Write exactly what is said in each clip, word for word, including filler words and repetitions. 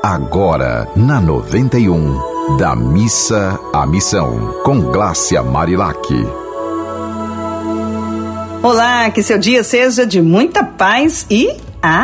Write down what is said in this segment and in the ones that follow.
Agora, na noventa e um, da missa à missão, com Glácia Marilac. Olá, que seu dia seja de muita paz e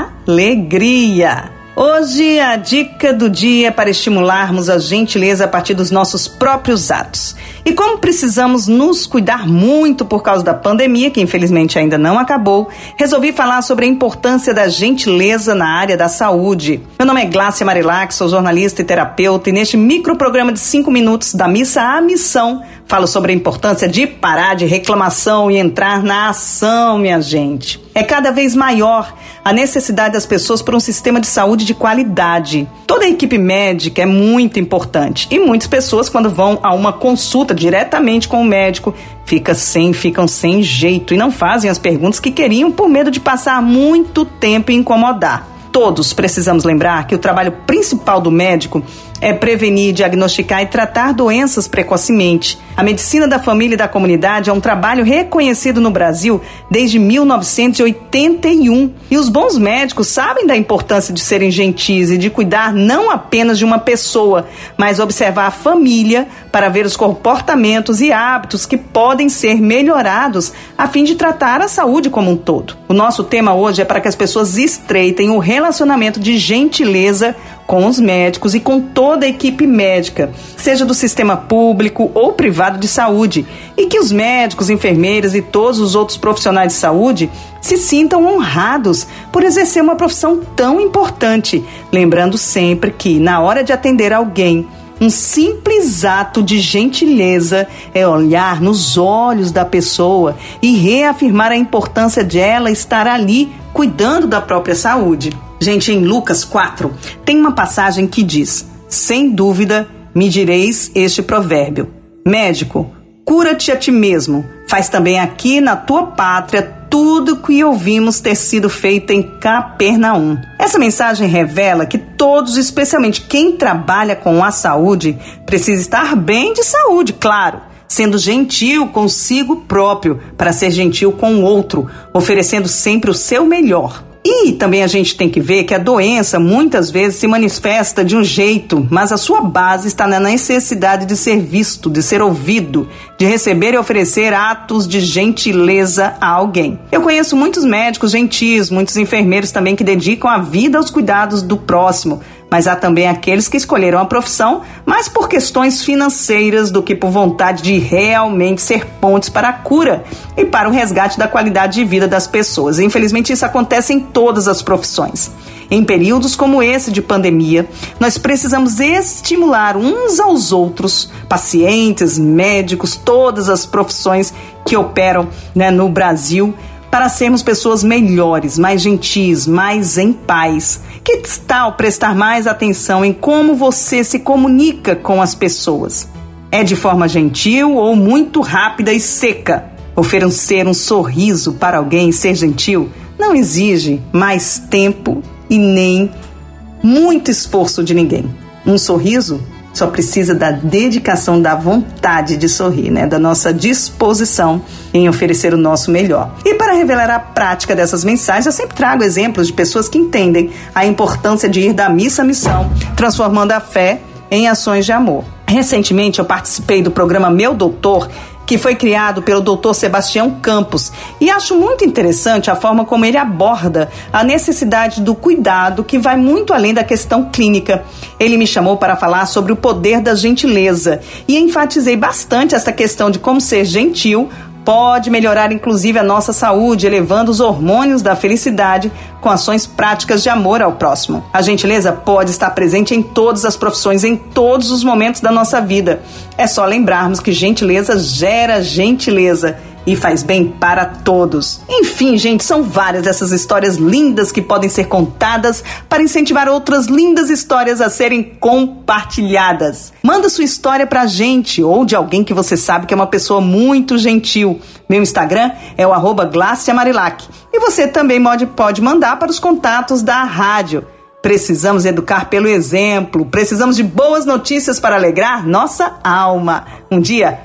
alegria. Hoje a dica do dia é para estimularmos a gentileza a partir dos nossos próprios atos. E como precisamos nos cuidar muito por causa da pandemia, que infelizmente ainda não acabou, resolvi falar sobre a importância da gentileza na área da saúde. Meu nome é Glácia Marilac, sou jornalista e terapeuta, e neste microprograma de cinco minutos da missa à missão, falo sobre a importância de parar de reclamação e entrar na ação, minha gente. É cada vez maior a necessidade das pessoas por um sistema de saúde de qualidade. Toda a equipe médica é muito importante e muitas pessoas, quando vão a uma consulta diretamente com o médico, fica sem, ficam sem jeito e não fazem as perguntas que queriam por medo de passar muito tempo e incomodar. Todos precisamos lembrar que o trabalho principal do médico é prevenir, diagnosticar e tratar doenças precocemente. A medicina da família e da comunidade é um trabalho reconhecido no Brasil desde mil novecentos e oitenta e um. E os bons médicos sabem da importância de serem gentis e de cuidar não apenas de uma pessoa, mas observar a família para ver os comportamentos e hábitos que podem ser melhorados a fim de tratar a saúde como um todo. O nosso tema hoje é para que as pessoas estreitem o relacionamento de gentileza com os médicos e com toda a equipe médica, seja do sistema público ou privado de saúde, e que os médicos, enfermeiras e todos os outros profissionais de saúde se sintam honrados por exercer uma profissão tão importante, lembrando sempre que, na hora de atender alguém, um simples ato de gentileza é olhar nos olhos da pessoa e reafirmar a importância de ela estar ali cuidando da própria saúde. Gente, em Lucas quatro, tem uma passagem que diz: sem dúvida me direis este provérbio: médico, cura-te a ti mesmo, faz também aqui na tua pátria tudo que ouvimos ter sido feito em Capernaum. Essa mensagem revela que todos, especialmente quem trabalha com a saúde, precisa estar bem de saúde, claro, sendo gentil consigo próprio para ser gentil com o outro, oferecendo sempre o seu melhor. E também a gente tem que ver que a doença muitas vezes se manifesta de um jeito, mas a sua base está na necessidade de ser visto, de ser ouvido, de receber e oferecer atos de gentileza a alguém. Eu conheço muitos médicos gentis, muitos enfermeiros também que dedicam a vida aos cuidados do próximo, mas há também aqueles que escolheram a profissão mais por questões financeiras do que por vontade de realmente ser pontes para a cura e para o resgate da qualidade de vida das pessoas. Infelizmente, isso acontece em todas as profissões. Em períodos como esse de pandemia, nós precisamos estimular uns aos outros, pacientes, médicos, todas as profissões que operam, né, no Brasil, para sermos pessoas melhores, mais gentis, mais em paz. Que tal prestar mais atenção em como você se comunica com as pessoas? É de forma gentil ou muito rápida e seca? Oferecer um sorriso para alguém, ser gentil, não exige mais tempo e nem muito esforço de ninguém. Um sorriso só precisa da dedicação, da vontade de sorrir, né? Da nossa disposição em oferecer o nosso melhor. E para revelar a prática dessas mensagens, eu sempre trago exemplos de pessoas que entendem a importância de ir da missa à missão, transformando a fé em ações de amor. Recentemente eu participei do programa Meu Doutor, que foi criado pelo doutor Sebastião Campos, e acho muito interessante a forma como ele aborda a necessidade do cuidado, que vai muito além da questão clínica. Ele me chamou para falar sobre o poder da gentileza e enfatizei bastante essa questão de como ser gentil pode melhorar inclusive a nossa saúde, elevando os hormônios da felicidade com ações práticas de amor ao próximo. A gentileza pode estar presente em todas as profissões, em todos os momentos da nossa vida. É só lembrarmos que gentileza gera gentileza e faz bem para todos. Enfim, gente, são várias essas histórias lindas que podem ser contadas para incentivar outras lindas histórias a serem compartilhadas. Manda sua história pra gente ou de alguém que você sabe que é uma pessoa muito gentil. Meu Instagram é o arroba Glácia Marilac. E você também pode, pode mandar para os contatos da rádio. Precisamos educar pelo exemplo, precisamos de boas notícias para alegrar nossa alma. Um dia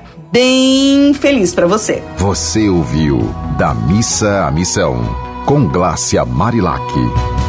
bem feliz para você. Você ouviu Da Missa à Missão, com Glácia Marilac.